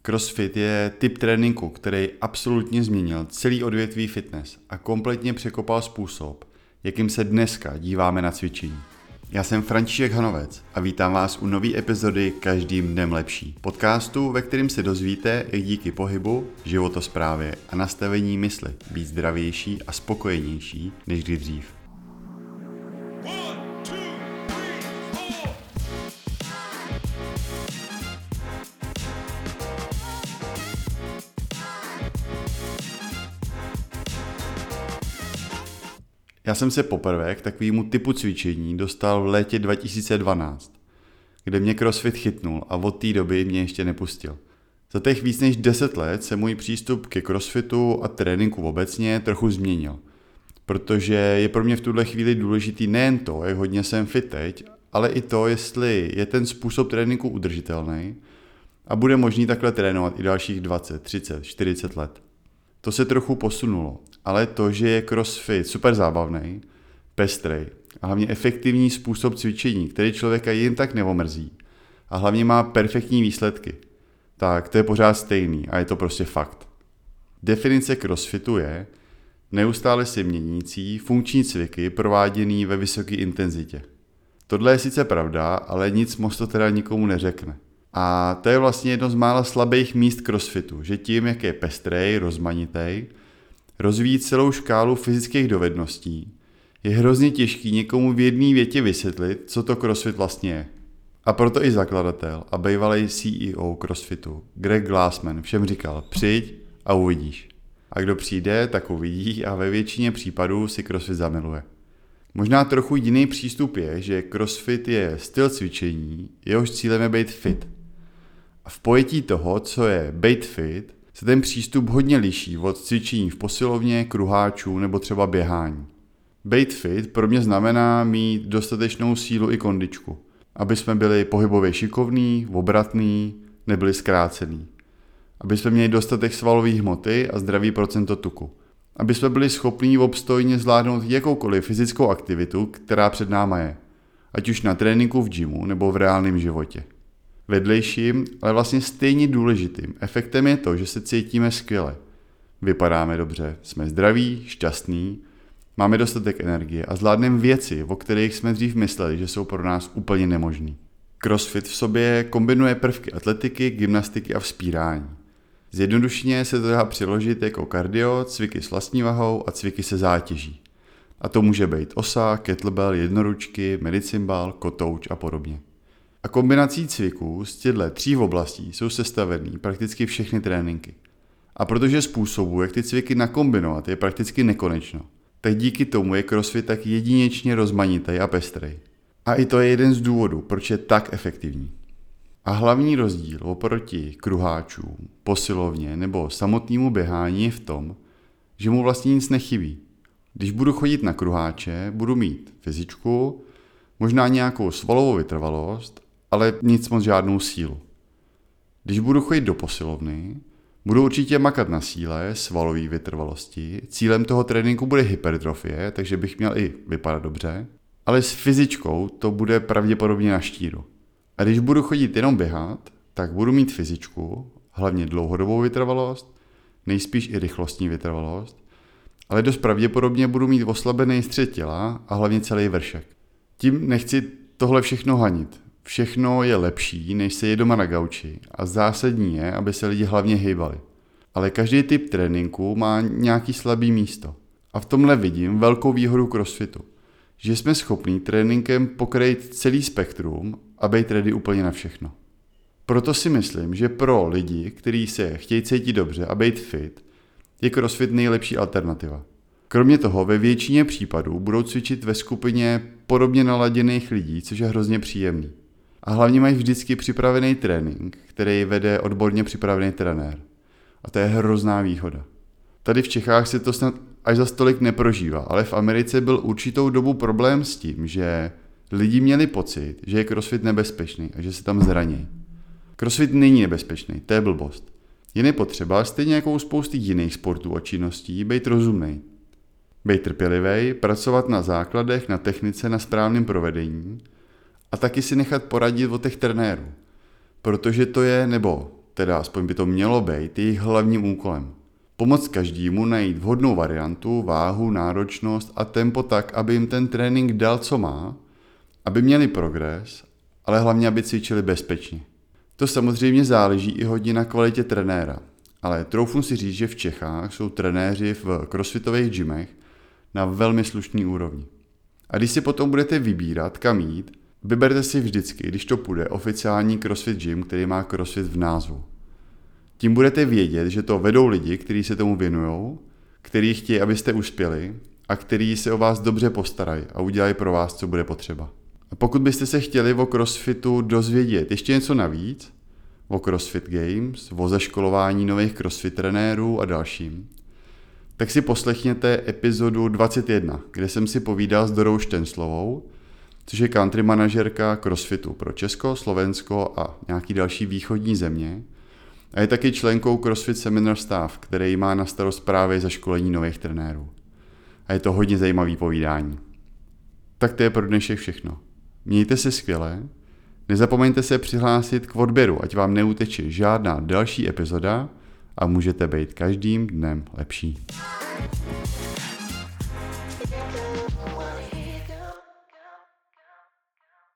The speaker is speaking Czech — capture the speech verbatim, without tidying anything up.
CrossFit je typ tréninku, který absolutně změnil celý odvětví fitness a kompletně překopal způsob, jakým se dneska díváme na cvičení. Já jsem František Hanovec a vítám vás u nové epizody Každým dnem lepší. Podcastu, ve kterém se dozvíte, jak díky pohybu, životosprávě a nastavení mysli být zdravější a spokojenější než kdy dřív. Já jsem se poprvé k takovému typu cvičení dostal v létě dva tisíce dvanáct, kde mě CrossFit chytnul a od té doby mě ještě nepustil. Za těch víc než deset let se můj přístup ke CrossFitu a tréninku obecně trochu změnil, protože je pro mě v tuhle chvíli důležitý nejen to, jak hodně jsem fit teď, ale i to, jestli je ten způsob tréninku udržitelný a bude možný takhle trénovat i dalších dvacet, třicet, čtyřicet let. To se trochu posunulo, ale to, že je CrossFit super zábavný, pestrej a hlavně efektivní způsob cvičení, který člověka jen tak neomrzí a hlavně má perfektní výsledky, tak to je pořád stejný a je to prostě fakt. Definice CrossFitu je neustále se měnící funkční cviky prováděný ve vysoké intenzitě. Tohle je sice pravda, ale nic moc to teda nikomu neřekne. A to je vlastně jedno z mála slabých míst CrossFitu, že tím, jak je pestrej, rozmanitej, rozvíjí celou škálu fyzických dovedností, je hrozně těžký někomu v jedné větě vysvětlit, co to CrossFit vlastně je. A proto i zakladatel a bývalý C E O CrossFitu, Greg Glassman, všem říkal, přijď a uvidíš. A kdo přijde, tak uvidí a ve většině případů si CrossFit zamiluje. Možná trochu jiný přístup je, že CrossFit je styl cvičení, jehož cílem je být fit. A v pojetí toho, co je být fit, se ten přístup hodně liší od cvičení v posilovně, kruháčů nebo třeba běhání. Být fit pro mě znamená mít dostatečnou sílu i kondičku, aby jsme byli pohybově šikovní, obratní, nebyli zkrácený. Aby jsme měli dostatek svalové hmoty a zdravý procento tuku. Aby jsme byli schopní obstojně zvládnout jakoukoliv fyzickou aktivitu, která před náma je. Ať už na tréninku v gymu nebo v reálném životě. Vedlejším, ale vlastně stejně důležitým efektem je to, že se cítíme skvěle. Vypadáme dobře, jsme zdraví, šťastní, máme dostatek energie a zvládneme věci, o kterých jsme dřív mysleli, že jsou pro nás úplně nemožný. CrossFit v sobě kombinuje prvky atletiky, gymnastiky a vzpírání. Zjednodušeně se to dá přiložit jako kardio, cviky s vlastní vahou a cviky se zátěží. A to může být osa, kettlebell, jednoručky, medicimbal, kotouč a podobně. A kombinací cviků z těchto tří oblastí jsou sestavený prakticky všechny tréninky. A protože způsobu, jak ty cviky nakombinovat, je prakticky nekonečno, tak díky tomu je CrossFit tak jedinečně rozmanitý a pestrej. A i to je jeden z důvodů, proč je tak efektivní. A hlavní rozdíl oproti kruháčům, posilovně nebo samotnému běhání je v tom, že mu vlastně nic nechybí. Když budu chodit na kruháče, budu mít fyzičku, možná nějakou svalovou vytrvalost, ale nic moc žádnou sílu. Když budu chodit do posilovny, budu určitě makat na síle, svalové vytrvalosti, cílem toho tréninku bude hypertrofie, takže bych měl i vypadat dobře, ale s fyzičkou to bude pravděpodobně na štíru. A když budu chodit jenom běhat, tak budu mít fyzičku, hlavně dlouhodobou vytrvalost, nejspíš i rychlostní vytrvalost, ale dost pravděpodobně budu mít oslabený střed těla a hlavně celý vršek. Tím nechci tohle všechno hanit. Všechno je lepší, než se je doma na gauči a zásadní je, aby se lidi hlavně hejbali. Ale každý typ tréninku má nějaký slabý místo. A v tomhle vidím velkou výhodu CrossFitu, že jsme schopní tréninkem pokrýt celý spektrum a být ready úplně na všechno. Proto si myslím, že pro lidi, kteří se chtějí cítit dobře a být fit, je CrossFit nejlepší alternativa. Kromě toho ve většině případů budou cvičit ve skupině podobně naladěných lidí, což je hrozně příjemný. A hlavně mají vždycky připravený trénink, který vede odborně připravený trenér. A to je hrozná výhoda. Tady v Čechách se to snad až za stolik neprožívá, ale v Americe byl určitou dobu problém s tím, že lidi měli pocit, že je CrossFit nebezpečný a že se tam zraní. CrossFit není nebezpečný, to je blbost. Jen je potřeba, stejně jako u spousty jiných sportů a činností, být rozumnej. Být trpělivý, pracovat na základech, na technice, na správném provedení a taky si nechat poradit od těch trenérů. Protože to je, nebo teda aspoň by to mělo být, jejich hlavním úkolem. Pomoct každému najít vhodnou variantu, váhu, náročnost a tempo tak, aby jim ten trénink dal, co má, aby měli progres, ale hlavně, aby cvičili bezpečně. To samozřejmě záleží i hodně na kvalitě trenéra, ale troufnu si říct, že v Čechách jsou trenéři v crossfitových gymech na velmi slušný úrovni. A když si potom budete vybírat, kam jít, vyberte si vždycky, když to půjde, oficiální CrossFit gym, který má CrossFit v názvu. Tím budete vědět, že to vedou lidi, kteří se tomu věnují, kteří chtějí, abyste uspěli a kteří se o vás dobře postarají a udělají pro vás, co bude potřeba. A pokud byste se chtěli o CrossFitu dozvědět ještě něco navíc, o CrossFit Games, o zaškolování nových CrossFit trenérů a dalším, tak si poslechněte epizodu dvacet jedna, kde jsem si povídal s Dorou Štenslovou, což je country manažerka CrossFitu pro Česko, Slovensko a nějaký další východní země. A je taky členkou CrossFit Seminar Staff, který má na starost právě zaškolení nových trenérů. A je to hodně zajímavý povídání. Tak to je pro dnešek všechno. Mějte se skvěle, nezapomeňte se přihlásit k odběru, ať vám neuteče žádná další epizoda a můžete být každým dnem lepší.